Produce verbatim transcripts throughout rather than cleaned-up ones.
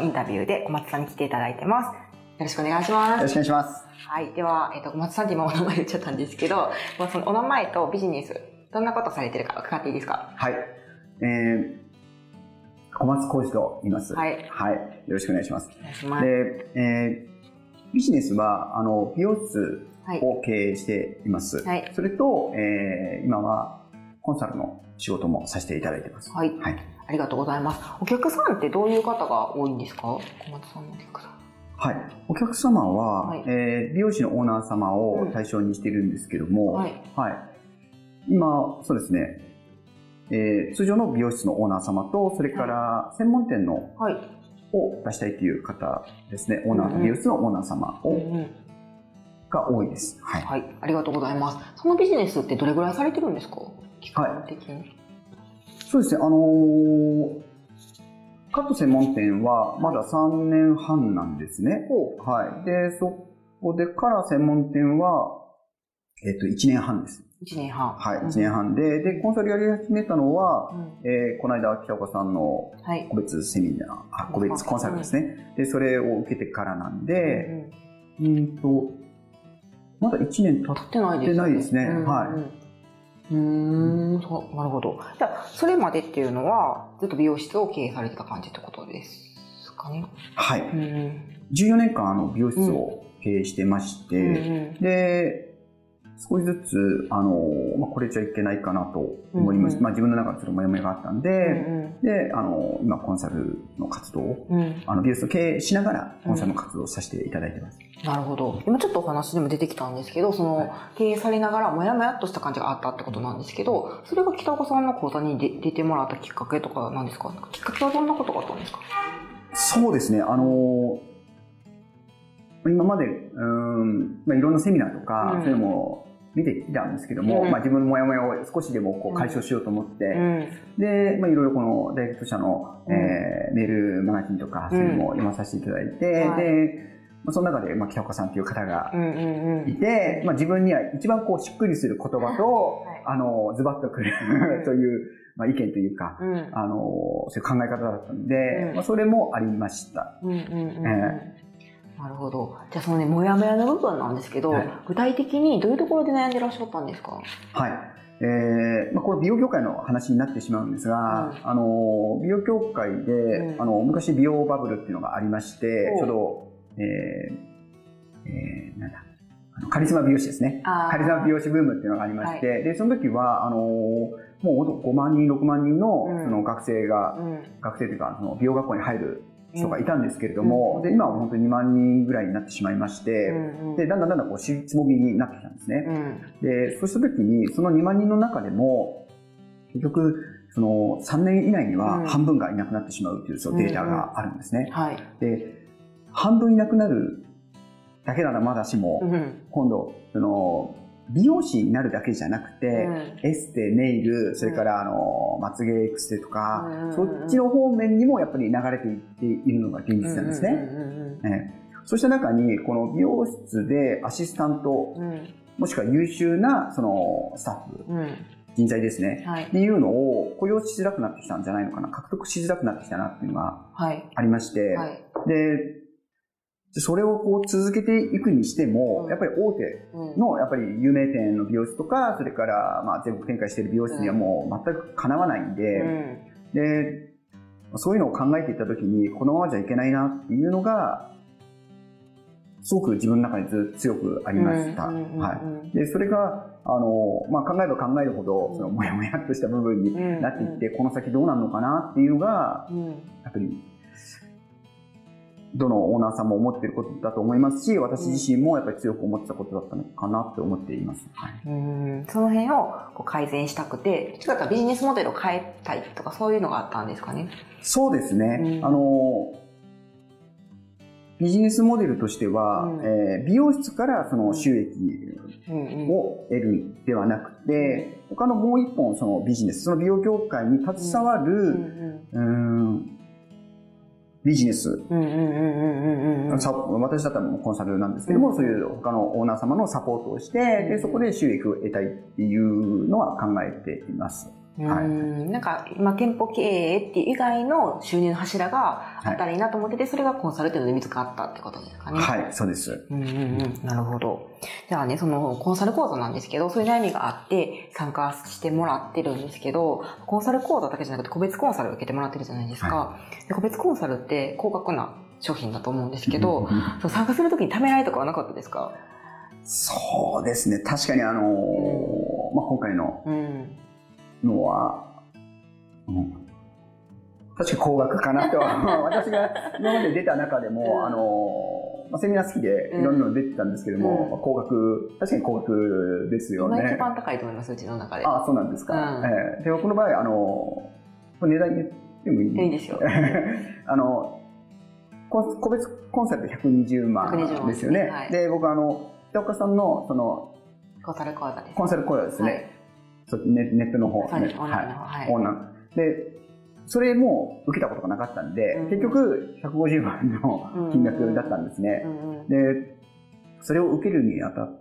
ンタビューで小松さんに来ていただいてます。よろしくお願いします。 よろしくお願いします。 はい。では、えっと、小松さんって今お名前言っちゃったんですけど、そのお名前とビジネス、どんなことされてるか伺っていいですか？ はい。えー、小松浩二と言います。 はい。 はい。よろしくお願いします。 お願いします。 で、えー、ビジネスは、あの、美容室を経営しています。 はい。 それと、えー、今はコンサルの仕事もさせていただいています。 はい。はい。ありがとうございます。お客さんってどういう方が多いんですか？小松さんのお客さん。 はい。お客様は、はい、えー、美容師のオーナー様を対象にしているんですけども、うん、はい。はい。今、そうですね、えー、通常の美容室のオーナー様と、それから専門店の、はい、を出したいという方ですね、オーナーと美容室のオーナー様を、うんうん、が多いです。はい。 はい。ありがとうございます。そのビジネスってどれぐらいされてるんですか？期間的に。はい。 そうですね、あのー、カット専門店はまださんねんはんなんですね。はい。で、そこでから専門店は、えっと、いちねんはんです。 いちねんはん。 はい、いちねんはんで、で、コンサルやり始めたのは、うん、えー、この間、北岡さんの個別セミナー、はい、あ、個別コンサルですね。で、それを受けてからなんで、うん、うんと、まだいちねん経ってないですね。はい。 うーん、そう、なるほど。じゃあ、それまでっていうのは、ずっと美容室を経営されてた感じってことですかね。 はい。うん、じゅうよねんかん、あの、美容室を経営してまして、うんうん、で、少しずつ、あの、まあ、これじゃいけないかなと思います。うんうん、まあ、自分の中でそのモヤモヤがあったんで、うんうん、で、あの、今、コンサルの活動を、うん、あの、美容室を経営しながら、コンサルの活動をさせていただいてます。 うん、なるほど。今ちょっとお話でも出てきたんですけど、その、はい、経営されながら、モヤモヤっとした感じがあったってことなんですけど、それが北岡さんの講座に出てもらったきっかけとかなんですか？きっかけはどんなことがあったんですか？ そうですね、あの、今まで、うん、まあ、いろんなセミナーとか、うん、そういうのも、見てきたんですけども、うん、まあ、自分のモヤモヤを少しでもこう解消しようと思って、うん、で、まあ、いろいろこのダイレクト社の、うん、えー、メールマガジンとかそういうのも読まさせていただいて、うん、で、まあ、その中で、まあ、北岡さんという方がいて、まあ、自分には一番こうしっくりする言葉と、はい、あの、ズバッとくるという、まあ、意見というか、うん、あの、そういう考え方だったので、うん、まあ、それもありました。うんうんうんうん、えーなるほど。じゃあそのね、もやもやの部分なんですけど、はい、具体的にどういうところで悩んでらっしゃったんですか？ はい。えー、まあ、これ美容業界の話になってしまうんですが、うん、あの、美容業界で、うん、あの、昔美容バブルっていうのがありまして、ちょうど、えー、えー、なんだ、あのカリスマ美容師ですね。カリスマ美容師ブームっていうのがありまして、はい、で、その時は、あの、もうごまんにん、ろくまんにんの、うん、その学生が、うん、学生というか、その美容学校に入る人がいたんですけれども、うん、で今は本当ににまんにんぐらいになってしまいまして、うんうん、でだんだんだんだんこう尻つもみになってきたんですね。うん、でそうした時にそのにまんにんの中でも結局そのさんねん以内には半分がいなくなってしまうというそのデータがあるんですね。うんうんはい、で半分いなくなるだけならまだしも、うん、今度その美容師になるだけじゃなくて、うん、エステ、ネイル、それからあの、まつげエクステとか、うん、そっちの方面にもやっぱり流れていっているのが現実なんですね。そうした中に、この美容室でアシスタント、うん、もしくは優秀なそのスタッフ、うん、人材ですね、はい、っていうのを雇用しづらくなってきたんじゃないのかな、獲得しづらくなってきたなっていうのがありまして、はいはい、で、それをこう続けていくにしても、うん、やっぱり大手のやっぱり有名店の美容室とか、それからまあ全国展開している美容室にはもう全くかなわないんで、うん、で、そういうのを考えていったときに、このままじゃいけないなっていうのが、すごく自分の中にずっと強くありました。はい。で、それが、あの、まあ、考えれば考えるほど、そのもやもやっとした部分になっていって、うん、この先どうなるのかなっていうのが、うん、やっぱり、どのオーナーさんも思っていることだと思いますし、私自身もやっぱり強く思ってたことだったのかなって思っています。はい、 うんその辺をこう改善したくて、ちょっとビジネスモデルを変えたいとかそういうのがあったんですかね。 そうですね。あの、ビジネスモデルとしては、うんえー、美容室からその収益を得るではなくて、うん、他のもう一本そのビジネス、その美容業界に携わる、うんうんうんビジネス。私だったらもうコンサルなんですけども、うん、そういう他のオーナー様のサポートをして、でそこで収益を得たいっていうのは考えています。 うん、なんか今店舗経営っていう以外の収入の柱があったらいいなと思ってて、はい、それがコンサルっていうので見つかったってことですかね。 はい、そうです。 うんうんうん、なるほど。じゃあね、そのコンサル講座なんですけど、そういう悩みがあって参加してもらってるんですけど、コンサル講座だけじゃなくて個別コンサルを受けてもらってるじゃないですか。はい、で個別コンサルって高額な商品だと思うんですけど、その参加するときにためらいとかはなかったですか？ そうですね。確かにあのーうんまあ、今回ののは、うん、確か高額かなと私が今まで出た中でも、うんあのーまあ、セミナー好きでいろんなの出てたんですけども、うんまあ、高額確かに高額ですよね。 今一番高いと思います、うちの中で。 ああ、そうなんですか。うんえー、で僕の場合あのー、値段言ってもいい？ いいですよ。 あの個別コンサルでひゃくにじゅうまんですよね。はい、で僕あの北岡さんのそのコンサル講座です、ね。 コンサル講座ですね。はいネ, ネットの方ね。 はい。はい。 オンライン。で、それも受けたことがなかったんで、うん、結局ひゃくごじゅうまんの金額だったんですね。うんうん、で、それを受けるにあたって、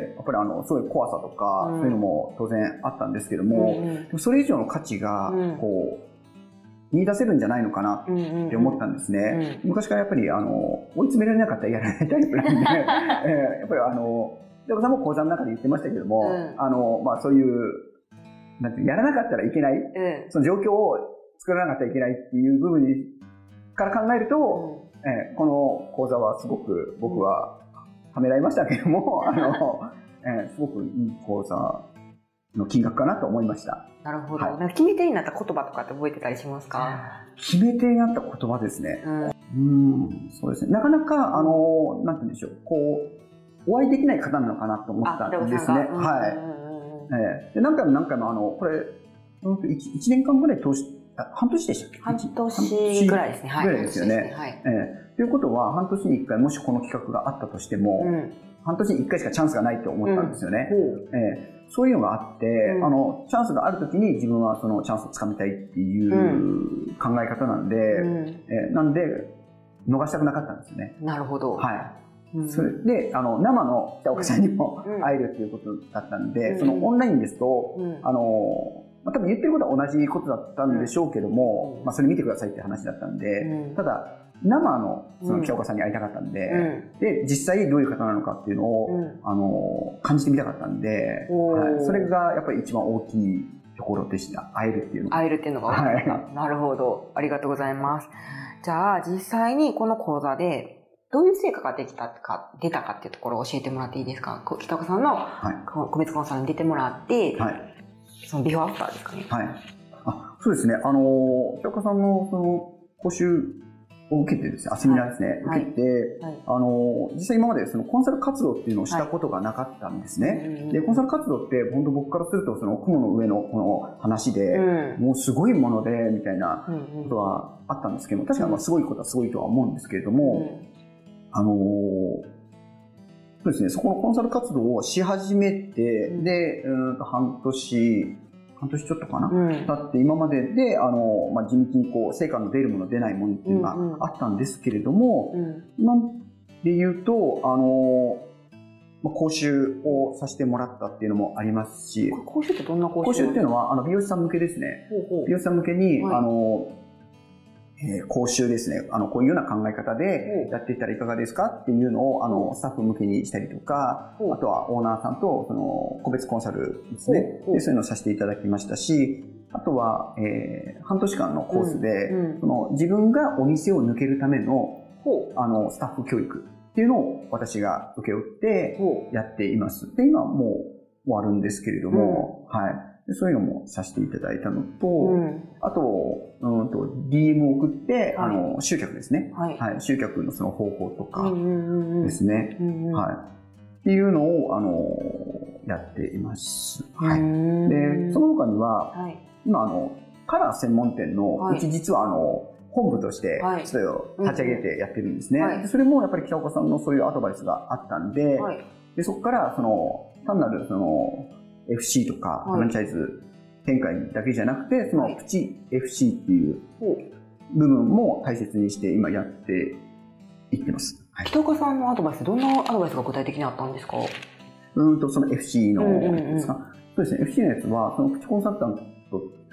やっぱりあの、すごい怖さとか、うん、そういうのも当然あったんですけども、うんうん、それ以上の価値が、こう、見出せるんじゃないのかなって思ったんですね。うんうんうん、昔からやっぱりあの、追い詰められなかったらやらないタイプなんで、えー、やっぱりあの、北岡さんも講座の中で言ってましたけども、うん、あの、まあそういう、なんてやらなかったらいけない、うん、その状況を作らなかったらいけないっていう部分にから考えると、うんえー、この講座はすごく僕はためらいましたけども、うん、あの、えー、すごくいい講座の金額かなと思いました。 なるほど。はい、なんか決め手になった言葉とかって覚えてたりしますか？ 決め手になった言葉ですね。うん、うーんそうですね。なかなかあのなんて言うんでしょう、こうお会いできない方なのかなと思ったんですね。うん、はい。えー、で何回も何回もあのこれ 1, いちねんかんぐらい通し半年でしたっけ？ 半年ぐらいですね。 はい。ぐらいですよね。はい。えー、ということは半年にいっかいもしこの企画があったとしても、うん、半年にいっかいしかチャンスがないと思ったんですよね。うんえー、そういうのがあって、うん、あのチャンスがあるときに自分はそのチャンスをつかみたいっていう考え方なんで、うんえー、なんで逃したくなかったんですよね。 なるほど。 はい。それであの生の北岡さんにも会えるっていうことだったんで、うん、そのオンラインですと、うん、あのまあ、多分言ってることは同じことだったんでしょうけども、うんまあ、それ見てくださいって話だったんで、うん、ただ生のその北岡さんに会いたかったんで、うん、で実際どういう方なのかっていうのを、うん、あの感じてみたかったんで、はい、それがやっぱり一番大きいところでした。会えるっていうのが会えるっていうのが大きかった、はい、なるほど、ありがとうございます。じゃあ実際にこの講座でどういう成果ができたか、出たかっていうところを教えてもらっていいですか？北岡さんの個別コンサルに出てもらって、はい、そのビフォーアフターですかね。 はい。あ、そうですね。あの、北岡さんのその講習を受けてですね、あ、セミナーですね、はい、受けて、はいはい、あの、実際今までそのコンサル活動っていうのをしたことがなかったんですね。はい、で、コンサル活動って本当僕からするとその雲の上のこの話で、うん、もうすごいもので、みたいなことはあったんですけど、確かにまあすごいことはすごいとは思うんですけれども、うんあのー、そうですね、そこのコンサル活動をし始めて、うん、で、うんと半年、半年ちょっとかな、うん、経って今までで、あのー、まあ、地道にこう、成果の出るもの出ないものっていうのがあったんですけれども、うんうん、今で言うと、あのー、まあ、講習をさせてもらったっていうのもありますし、 講習ってどんな講習？ 講習っていうのは、あの、美容師さん向けですね。ほうほう美容師さん向けに、はい、あのーえー、講習ですね。あの、こういうような考え方でやっていったらいかがですかっていうのを、あの、スタッフ向けにしたりとか、あとはオーナーさんと、その、個別コンサルですね。で、そういうのをさせていただきましたし、あとは、えー、半年間のコースで、うんうん、その、自分がお店を抜けるための、あの、スタッフ教育っていうのを私が受け負ってやっています。で、今はもう終わるんですけれども、うん、はい。でそういうのもさせていただいたのと、うん、あと、うんと、ディーエム を送って、はい、あの、集客ですね。はい。はい、集客のその方法とかですね。はい。っていうのを、あの、やっています。はい。で、その他には、はい、今、あの、カラー専門店の、はい、うち実は、あの、本部として、それを立ち上げてやってるんですね。はい、それもやっぱり北岡さんのそういうアドバイスがあったんで、はい、でそこから、その、単なる、その、エフシー とかフランチャイズ展開だけじゃなくて、そのプチ エフシー っていう部分も大切にして今やっていってます。 はい、北岡さんのアドバイス、どんなアドバイスが具体的にあったんですか？ うんと、その エフシー のですか、うんうんうん、そうですね、エフシー のやつは、そのプチコンサルタント、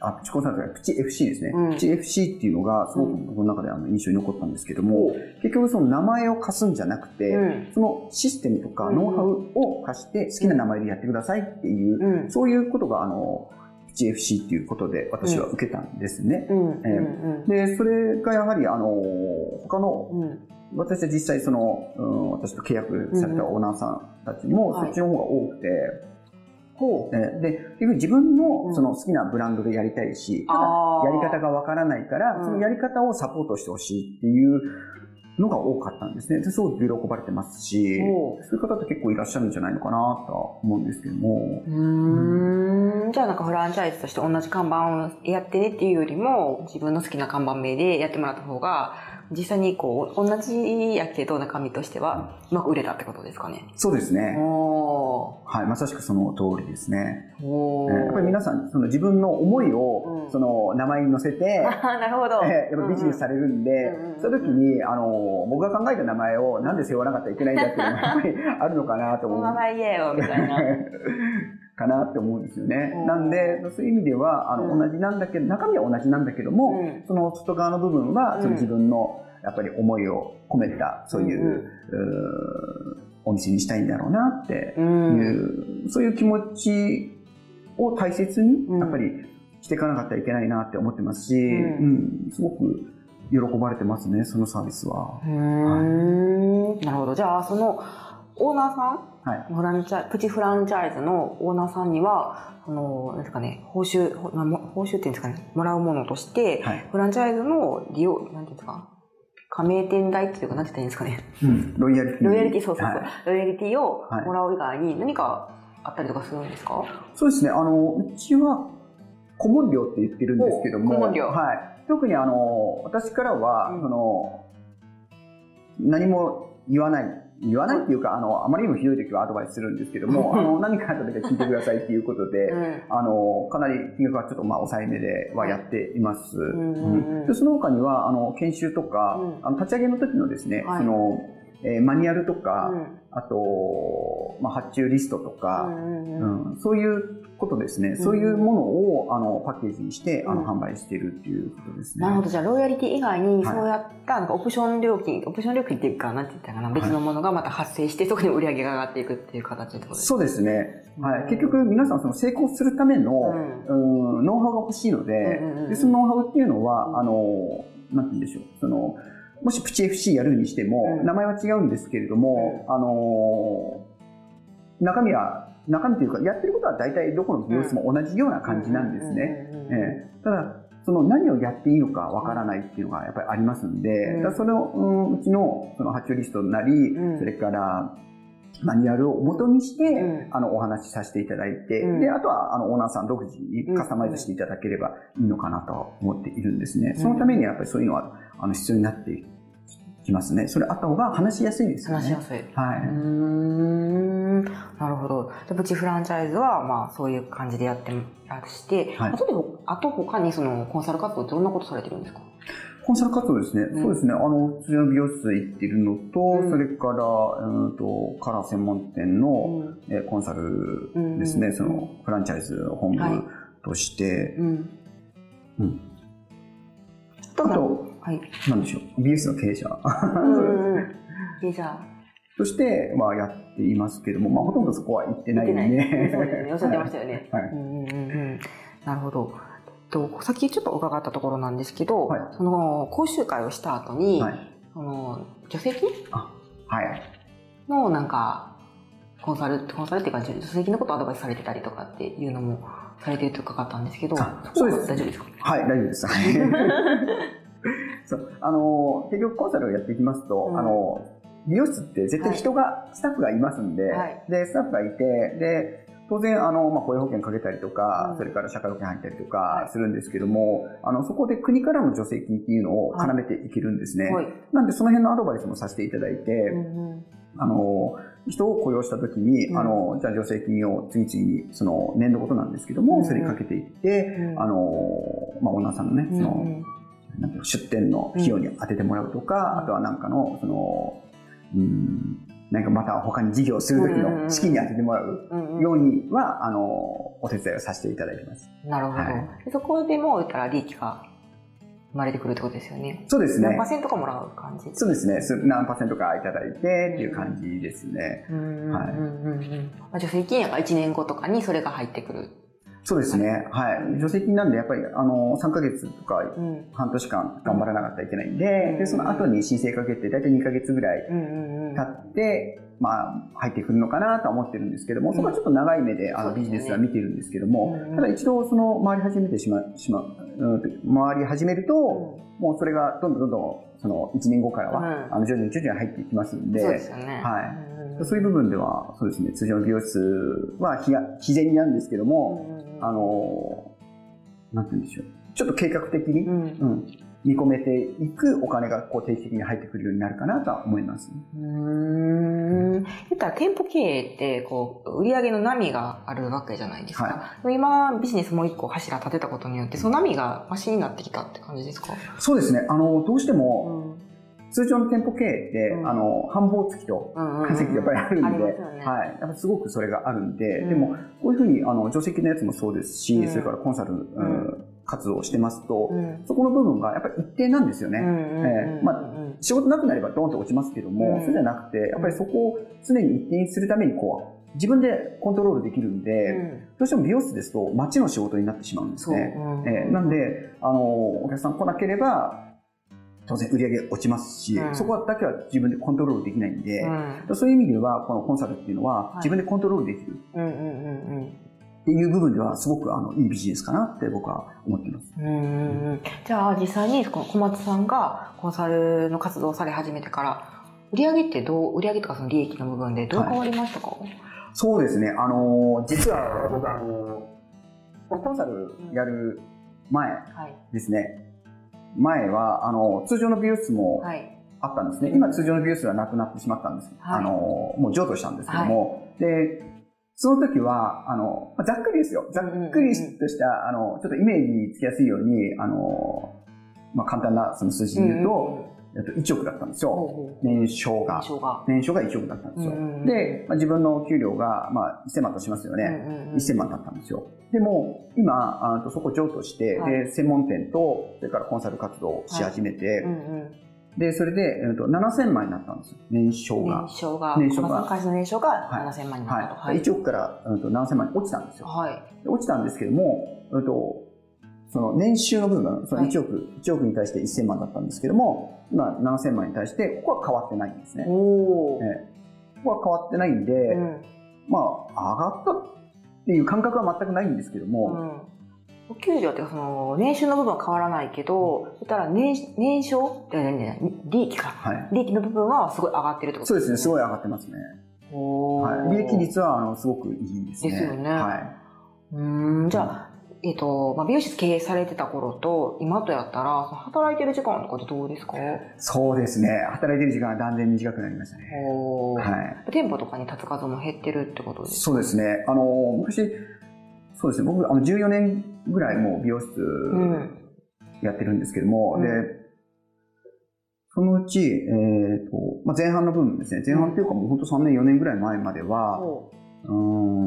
あ、プチコンサルタント、プチ エフシー ですね、 うん。 プチ エフシー っていうのがすごく僕の中であの印象に残ったんですけども、うん、結局その名前を貸すんじゃなくて、うん、そのシステムとかノウハウを貸して好きな名前でやってくださいっていう、うん、そういうことがあの、プチ エフシー っていうことで私は受けたんですね。で、それがやはりあの、他の、うん私は実際その、うん、私と契約されたオーナーさんたちもそっちの方が多くて、ほうえで、結局自分のその好きなブランドでやりたいし、ただやり方がわからないから、そのやり方をサポートしてほしいっていうのが多かったんですね。ですごく喜ばれてますし、そういう方って結構いらっしゃるんじゃないのかなとは思うんですけども。 うーんじゃあなんかフランチャイズとして同じ看板をやってねっていうよりも、自分の好きな看板名でやってもらった方が、実際にこう同じやけど中身としてはうまく売れたってことですかね。 そうですね。はい、まさしくその通りですね。おやっぱり皆さんその自分の思いをその名前に乗せて、うん、 なるほど。 やっぱビジネスされるんで、うんうん、その時にあの僕が考えた名前をなんで背負わなかったらいけないんだっていうのがやっぱりあるのかなと思う。 名前言えよみたいな。 かなって思うんですよね。なんでそういう意味ではあの、うん、同じなんだけど中身は同じなんだけども、うん、その外側の部分は、うん、その自分のやっぱり思いを込めたそういう、うん、うお店にしたいんだろうなっていう、うん、そういう気持ちを大切にやっぱりしていかなかったらいけないなって思ってますし、うんうん、すごく喜ばれてますねそのサービスは。 うーん、はい、なるほど。じゃあそのオーナーさんはい、 フランチャイプチフランチャイズのオーナーさんには、その、なんですかね、報酬、報酬っていうんですかね、もらうものとして、はい、フランチャイズの利用、なんていうんですか、加盟店代っていうか、なんて言ったらいいんですかね。 うん、ロイヤリティ。 ロイヤリティ、そうそうそう。はい、ロイヤリティをもらう以外に何かあったりとかするんですか？ そうですね、あの、うちは顧問料って言ってるんですけども、 顧問料。 はい。特にあの、私からは、うん、その、何も言わない。言わないっていうか、あの、あまりにもひどい時はアドバイスするんですけども、あの、何かあった時は聞いてくださいっていうことで、うん、あの、かなり金額はちょっとまあ抑えめではやっています。うんうん、でその他には、あの、研修とか、うん、あの立ち上げの時のですね、はい、その、えー、マニュアルとか、うん、あと、まあ、発注リストとか、うんうんうん、そういうことですね、うん、そういうものをあのパッケージにして、うん、あの販売しているっていうことですね。 なるほど。じゃあロイヤリティ以外にそうやったなんかオプション料金、はい、オプション料金っていうかなんて言ったかな、別のものがまた発生して、はい、そこに売り上げが上がっていくっていう形ってことですか？ そうですね。はい。結局皆さんその成功するための、うん、うんノウハウが欲しいので、うんうんうん、でそのノウハウっていうのは、うん、あのなんて言うんでしょう、そのもしプチ エフシー やるにしても、うん、名前は違うんですけれども、うん、あの中身は中身というかやってることは大体どこの美容室も同じような感じなんですね。ただその何をやっていいのかわからないっていうのがやっぱりありますんで、うん、だそれを、うん、うちのその発注リストなり、うん、それからマニュアルを元にして、うん、あのお話しさせていただいて、うん、であとはあのオーナーさん独自にカスタマイズしていただければいいのかなと思っているんですね。うん、そのためにやっぱりそういうのはあの必要になってきますね。それあった方が話しやすいですよね。 話しやすい。 はい。 うーん、なるほど。でプチフランチャイズはまあそういう感じでやってらして、はい、あとであと他にそのコンサル活動ってどんなことされてるんですか？ コンサル活動ですね。うん、そうですね。あの、普通の美容室行ってるのと、うん、それから、うんと、カラー専門店の、うんえー、コンサルですね。うん、その、フランチャイズ本部として、はい、うん。うん。あと、はい、なんでしょう。美容室の経営者。 うん、経営者。 として、まあ、やっていますけども、まあ、ほとんどそこは行ってないんで。 ね。そうですね。おっしゃってましたよね。 はい。 うんうんうん、なるほど。さっきちょっと伺ったところなんですけど、はい、その講習会をした後に、はい、その助成金のなんかコンサルコンサルっていうか助成金のことをアドバイスされてたりとかっていうのもされてると伺ったんですけど、 そうです。 大丈夫ですか？ はい、大丈夫です。そうあの結局コンサルをやっていきますと、うん、あの美容室って絶対人が、はい、スタッフがいますんで、はい、でスタッフがいてで当然、あの、まあ、雇用保険かけたりとか、うん、それから社会保険入ったりとかするんですけども、はい、あの、そこで国からの助成金っていうのを絡めていけるんですね。はい、なんで、その辺のアドバイスもさせていただいて、うんうん、あの、人を雇用したときに、うん、あの、じゃあ助成金を次々に、その、年度ごとなんですけども、うん、それにかけていって、うん、あの、まあ、オーナーさんのね、その、うん、なんていうの出店の費用に当ててもらうとか、うん、あとはなんかの、その、うんなんかまた他に事業をする時の資金に当ててもらうようには、あの、お手伝いをさせていただいてます。 なるほど。はい、そこでも、言ったら利益が生まれてくるってことですよね。 そうですね。 何パーセントかもらう感じ？ そうですね。何パーセントかいただいてっていう感じですね。 助成金がいちねんごとかにそれが入ってくる。 そうですね。はい。助成金なんで、やっぱり、あの、さんかげつとか、半年間頑張らなかったらいけないんで、で、その後に申請かけて、だいたいにかげつぐらい経って、まあ、入ってくるのかなとは思ってるんですけども、そこはちょっと長い目で、あの、ビジネスは見てるんですけども、ただ一度、その、回り始めてしまう、しまう、回り始めると、もうそれが、どんどんどんどん、その、いちねんごからは、あの、徐々に徐々に入っていきますんで、 そうですよね。 はい。そういう部分では、そうですね、通常の美容室は、自然になんですけども、あの、なんて言うんでしょう。ちょっと計画的に、うんうん、見込めていくお金がこう定期的に入ってくるようになるかなとは思います、ね。 うーん。言ったら店舗経営ってこう売上の波があるわけじゃないですか。はい、今ビジネスもう一個柱立てたことによってその波がマシになってきたって感じですか？ そうですね。あのどうしても、うん通常の店舗経営って、うん、あの、繁忙月と稼ぎがやっぱりあるんで、ね、はい。やっぱすごくそれがあるんで、うん、でも、こういうふうに、あの、助成金のやつもそうですし、うん、それからコンサル、うん、活動をしてますと、うん、そこの部分がやっぱり一定なんですよね。まあ、仕事なくなればドーンと落ちますけども、うん、そうじゃなくて、やっぱりそこを常に一定にするために、こう、自分でコントロールできるんで、うん、どうしても美容室ですと、街の仕事になってしまうんですね。うんえー、なんで、あの、お客さん来なければ、当然売り上げ落ちますし、うん、そこだけは自分でコントロールできないんで、うん、そういう意味ではこのコンサルっていうのは自分でコントロールできるっていう部分ではすごくあのいいビジネスかなって僕は思っています。 うん、じゃあ実際にこの小松さんがコンサルの活動をされ始めてから売り上げってどう売り上げとかその利益の部分でどう変わりましたか？はい、 そうですね。あの実は僕あのコンサルやる前ですね。はい前は、あの、通常の美容室もあったんですね。はい、今、通常の美容室はなくなってしまったんです。はい、あの、もう譲渡したんですけども、はい、で、その時は、あの、ざっくりですよ。ざっくりとした、あの、ちょっとイメージつきやすいように、あの、まあ、簡単なその数字で言うと、いちおくだったんですよ。年商が。年商がいちおくだったんですよ。で、まあ、自分の給料が、まあ、せんまんとしますよね。せんまんだったんですよ。でも、今、あそこ譲渡して、はい、で、専門店と、それからコンサル活動をし始めて、はいうんうん、で、それで、えー、とななせんまんになったんですよ。年商が。 年商が。年商が。会社の年商がななせんまんになったと。 はいはい、いちおくから、うん、とななせんまんに落ちたんですよ。はい、落ちたんですけども、うんとその年収の部分、そのいちおく、はい、いちおくに対してせんまんだったんですけども、今ななせんまんに対して、ここは変わってないんですね。おー。えー、ここは変わってないんで、うん、まあ、上がったっていう感覚は全くないんですけども、うんお給料っていうかその年収の部分は変わらないけど、そしたら年年商利益か、はい、利益の部分はすごい上がってるってことですね。 そうですね、すごい上がってますね。はい、利益率はあのすごくいいですね。 ですよね。はい。うんじゃあ、えっとまあ、美容室経営されてた頃と今とやったら働いてる時間とかってどうですか？ そうですね、働いてる時間は断然短くなりましたね。 はい、店舗とかに立つ数も減ってるってことですか？ そうですね。あの昔そうですね。僕、あの、じゅうよねんぐらいもう美容室やってるんですけども、うん、で、そのうち、えっと、まあ、前半の分ですね。前半っていうかもうほんとさんねん、よねんぐらい前までは、うん、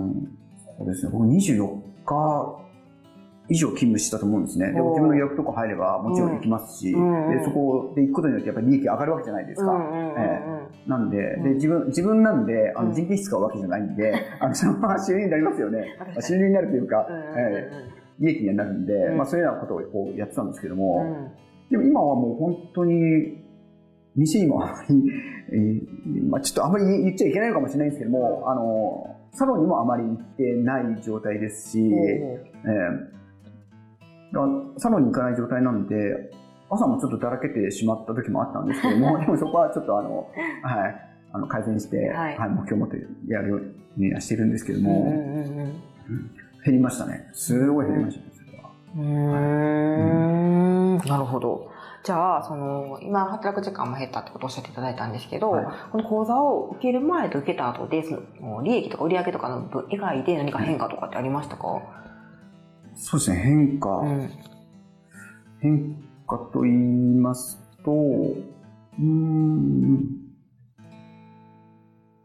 そうですね。僕にじゅうよっか以上勤務してたと思うんですね。で、自分の予約とか入ればもちろん行きますし、うん、で、そこで行くことによってやっぱり利益上がるわけじゃないですか。うんうんうんえー、なんで、で、自分、自分なんで、あの、人件費使うわけじゃないんで、あの、そのまま収入になりますよね。収入になるというか、えー、利益になるんで、うん、まあそういうようなことをこうやってたんですけども、うん、でも今はもう本当に、店にもあまり、えー、まあちょっとあまり言っちゃいけないのかもしれないんですけども、あの、サロンにもあまり行ってない状態ですし、えーサロンに行かない状態なんで、朝もちょっとだらけてしまった時もあったんですけども、でもそこはちょっとあの、はい、あの改善して、はい、はい、目標を持ってやるようにはしてるんですけども、うんうんうんうん、減りましたね。すごい減りましたね、それは。 うーん、はい、なるほど。じゃあ、その、今働く時間も減ったってことをおっしゃっていただいたんですけど、はい、この講座を受ける前と受けた後で、その利益とか売上とかの分以外で何か変化とかってありましたか？はいそうですね、変化。うん、変化と言いますと、うーん、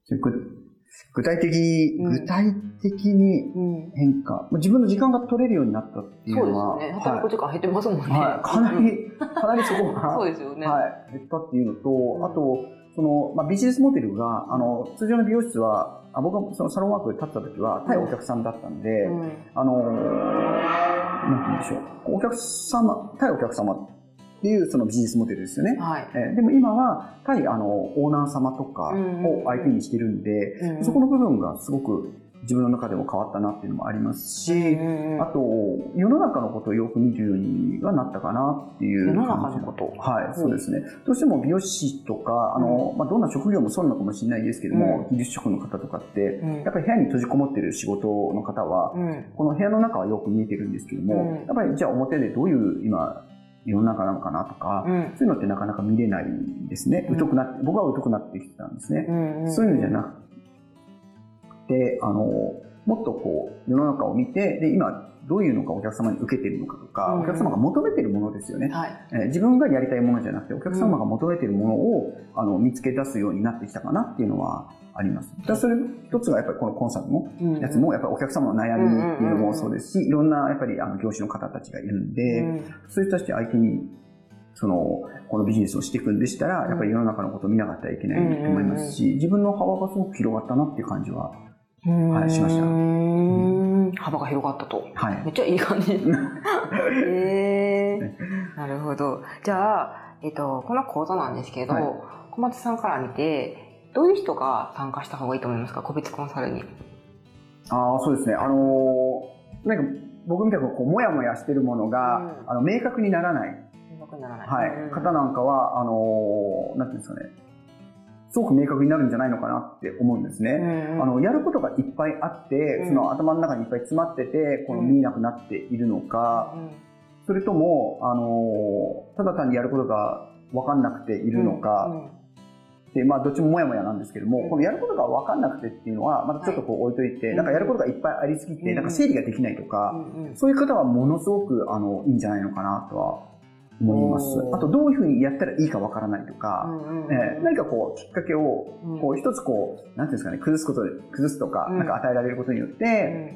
具体的に、具体的に変化、うん、自分の時間が取れるようになったっていうのは、 そうですね。働く時間減ってますもんね。 はい、かなり、かなりそこが、 そうですよね。 はい、減ったっていうのと、うん、あと、その、まあ、ビジネスモデルが、あの、通常の美容室は、あ僕がそのサロンワークで立った時は、対お客さんだったんで、うん、あの、なんて言うんでしょう。お客様、対お客様っていうそのビジネスモデルですよね。はい、えでも今は、対あの、オーナー様とかを相手にしてるんで、うんうん、そこの部分がすごく自分の中でも変わったなっていうのもありますし、うんうん、あと、世の中のことをよく見るようにはなったかなっていう感じ。 世の中のこと？ はい、うん、そうですね。どうしても美容師とか、あの、うん、まあ、どんな職業もそうなのかもしれないですけども、うん、技術職の方とかって、うん、やっぱり部屋に閉じこもってる仕事の方は、うん、この部屋の中はよく見えてるんですけども、うん、やっぱりじゃあ表でどういう今、世の中なのかなとか、うん、そういうのってなかなか見れないんですね。疎くなって、僕は疎くなってきてたんですね。うんうん、そういうのじゃなくて、あの、もっとこう、世の中を見て、で、今、どういうのがお客様に受けているのかとか、うん、お客様が求めているものですよね、はいえー。自分がやりたいものじゃなくて、お客様が求めているものを、うん、あの見つけ出すようになってきたかなっていうのはあります。だそれ一つがやっぱりこのコンサルのやつも、やっぱりお客様の悩みっていうのもそうですし、いろんなやっぱりあの業種の方たちがいるんで、うん、そういう人たち相手に、その、このビジネスをしていくんでしたら、やっぱり世の中のことを見なかったらいけないと思いますし、自分の幅がすごく広がったなっていう感じは、はい、しました。うん、 幅が広がったと。 はい。 めっちゃいい感じ。へえー。なるほど。じゃあ、えっと、この講座なんですけど、はい、小松さんから見て、どういう人が参加した方がいいと思いますか？個別コンサルに。 ああ、そうですね。あのー、なんか僕みたいにこう、もやもやしてるものが、うん、あの、明確にならない。 明確にならない。 はい。うん、方なんかは、あのー、なんていうんですかね。すごく明確になるんじゃないのかなって思うんですね。うんうん、あの、やることがいっぱいあって、うん、その頭の中にいっぱい詰まってて、この見えなくなっているのか、うん、それとも、あの、ただ単にやることが分かんなくているのか、うんうん、で、まあ、どっちももやもやなんですけども、うん、このやることが分かんなくてっていうのは、またちょっとこう置いといて、はい、なんかやることがいっぱいありすぎて、うん、なんか整理ができないとか、うんうん、そういう方はものすごく、あの、いいんじゃないのかなとは思います。あと、どういうふうにやったらいいかわからないとか、うんうんえー、何かこう、きっかけを、こう、一つこう、なんていうんですかね、崩すことで、崩すとか、うん、なんか与えられることによって、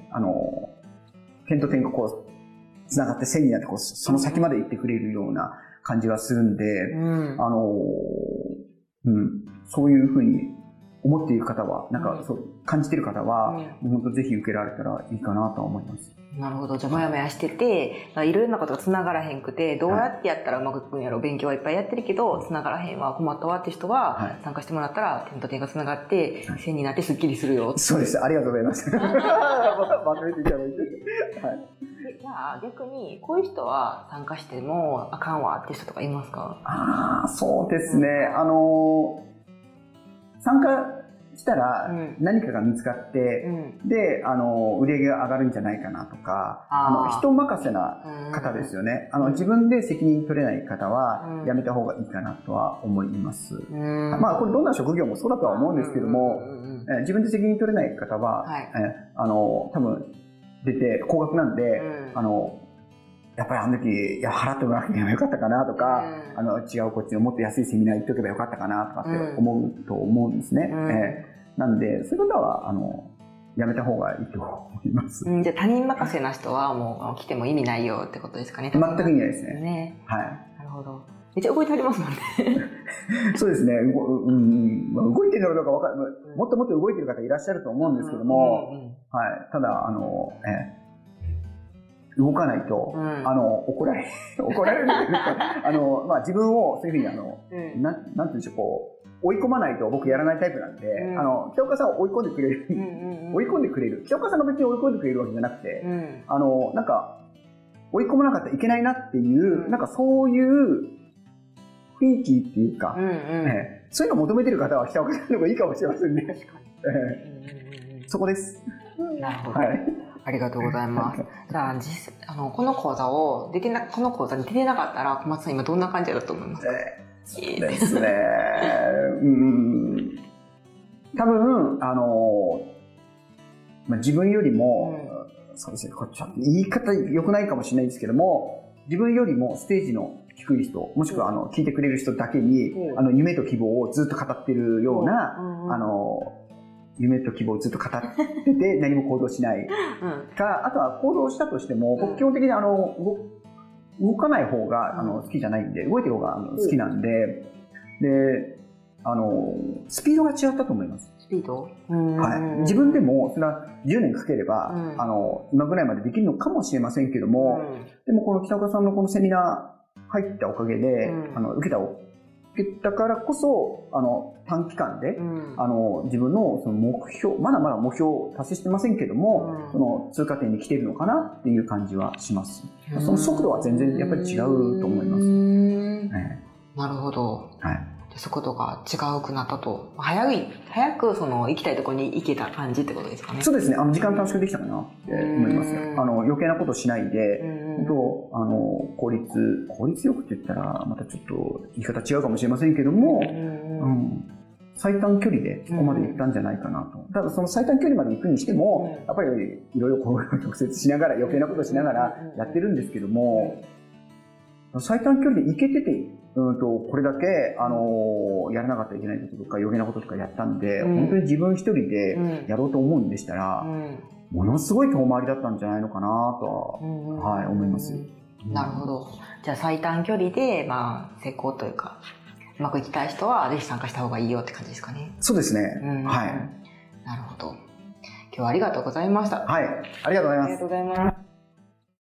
うん、あの、点と点がこう、繋がって線になって、こう、その先まで行ってくれるような感じがするんで、うん、あの、うん、そういうふうに思っている方は、なんかそう、感じている方は、うん、本当ぜひ受けられたらいいかなとは思います。 なるほど。じゃあ、もやもやしてて、いろいろなことが繋がらへんくて、どうやってやったらうまくいくんやろ、勉強はいっぱいやってるけど、繋がらへんわ、困ったわって人は、参加してもらったら、点と点が繋がって、線になってスッキリするよ。 そうです。ありがとうございます。まとめていただいて。はい。 じゃあ、逆に、こういう人は参加してもあかんわって人とかいますか？ ああ、そうですね。あの、参加、したら何かが見つかって、うん、で、あの、売り上げが上がるんじゃないかなとか、あの、人任せな方ですよね。あの、自分で責任取れない方はやめた方がいいかなとは思います。うん、まあ、これどんな職業もそうだとは思うんですけども、え自分で責任取れない方は、はい、えあの、多分出て高額なんで、うん、あの、やっぱりあの時、いや、払ってもらわなきゃよかったかなとか、うん、あの、違うこっちのもっと安いセミナー行っておけばよかったかなとかって思うと思うんですね。うん、えー、なんで、そういう方は、あの、やめた方がいいと思います。 うん、じゃあ他人任せな人はもう来ても意味ないよってことですかね。 全く意味ないですね。 ね。 はい。 なるほど。めっちゃ動いてありますもんね。 そうですね。ううん、動いてるのかどうかわかる、うん。もっともっと動いてる方いらっしゃると思うんですけども、うんうんうん、はい。ただ、あの、えー動かないと、うん、あの、怒られる、怒られるというか、あの、まあ、自分をそういうふうに、あの、うん、なん、なんていうんでしょう、こう、追い込まないと僕やらないタイプなんで、うん、あの、北岡さんを追い込んでくれる、うんうんうん、追い込んでくれる。北岡さんが別に追い込んでくれるわけじゃなくて、うん、あの、なんか、追い込まなかったらいけないなっていう、うん、なんかそういう雰囲気っていうか、うんうんえー、そういうのを求めてる方は北岡さんの方がいいかもしれませんね。確かに。えー、そこです。 なるほど。はい。ありがとうございます。じゃあ、実あの、この講座を出てな、この講座に出てなかったら、小松さん今どんな感じだと思いますか？ えー、そうですね。うん。多分、あの、まあ、自分よりも、うん、そうですね、こっちは言い方良くないかもしれないですけども、自分よりもステージの低い人、もしくはあの、聞いてくれる人だけに、うん、あの、夢と希望をずっと語ってるような、うん、あの、 夢と希望をずっと語ってて何も行動しないか、あとは行動したとしても、僕基本的にあの動かない方があの好きじゃないんで、動いてる方があの好きなんで、であのスピードが違ったと思います。 スピード、 はい、自分でもそれはじゅうねんかければ、うん、あの今ぐらいまでできるのかもしれませんけども、うん、でもこの北岡さんのこのセミナー入ったおかげで、うん、あの受けた受けたからこそあの短期間で、うん、あの自分のその目標、まだまだ目標を達成してませんけども、うん、その通過点に来ているのかなっていう感じはします。うん、その速度は全然やっぱり違うと思います。 ね、なるほど。はい。速度が違うくなったと、早い早くその行きたいところに行けた感じってことですかね。 そうですね。あの時間短縮できたかなって思います。あの余計なことしないで、とあの効率効率よくって言ったらまたちょっと言い方違うかもしれませんけども、うん、最短距離でそこまで行ったんじゃないかなと。ただその最短距離まで行くにしても、やっぱりいろいろこう曲折しながら余計なことしながらやってるんですけども、最短距離で行けてて。うんとこれだけ、あのー、やらなかったらいけないこととか余計なこととかやったんで、うん、本当に自分一人でやろうと思うんでしたら、うん、ものすごい遠回りだったんじゃないのかなとは、うんはい、思います。 なるほど。じゃあ最短距離で、まあ、成功というかうまくいきたい人はぜひ参加した方がいいよって感じですかね。 そうですね、うん、はい。 なるほど。今日はありがとうございました。 はい、ありがとうございます。 ありがとうございます。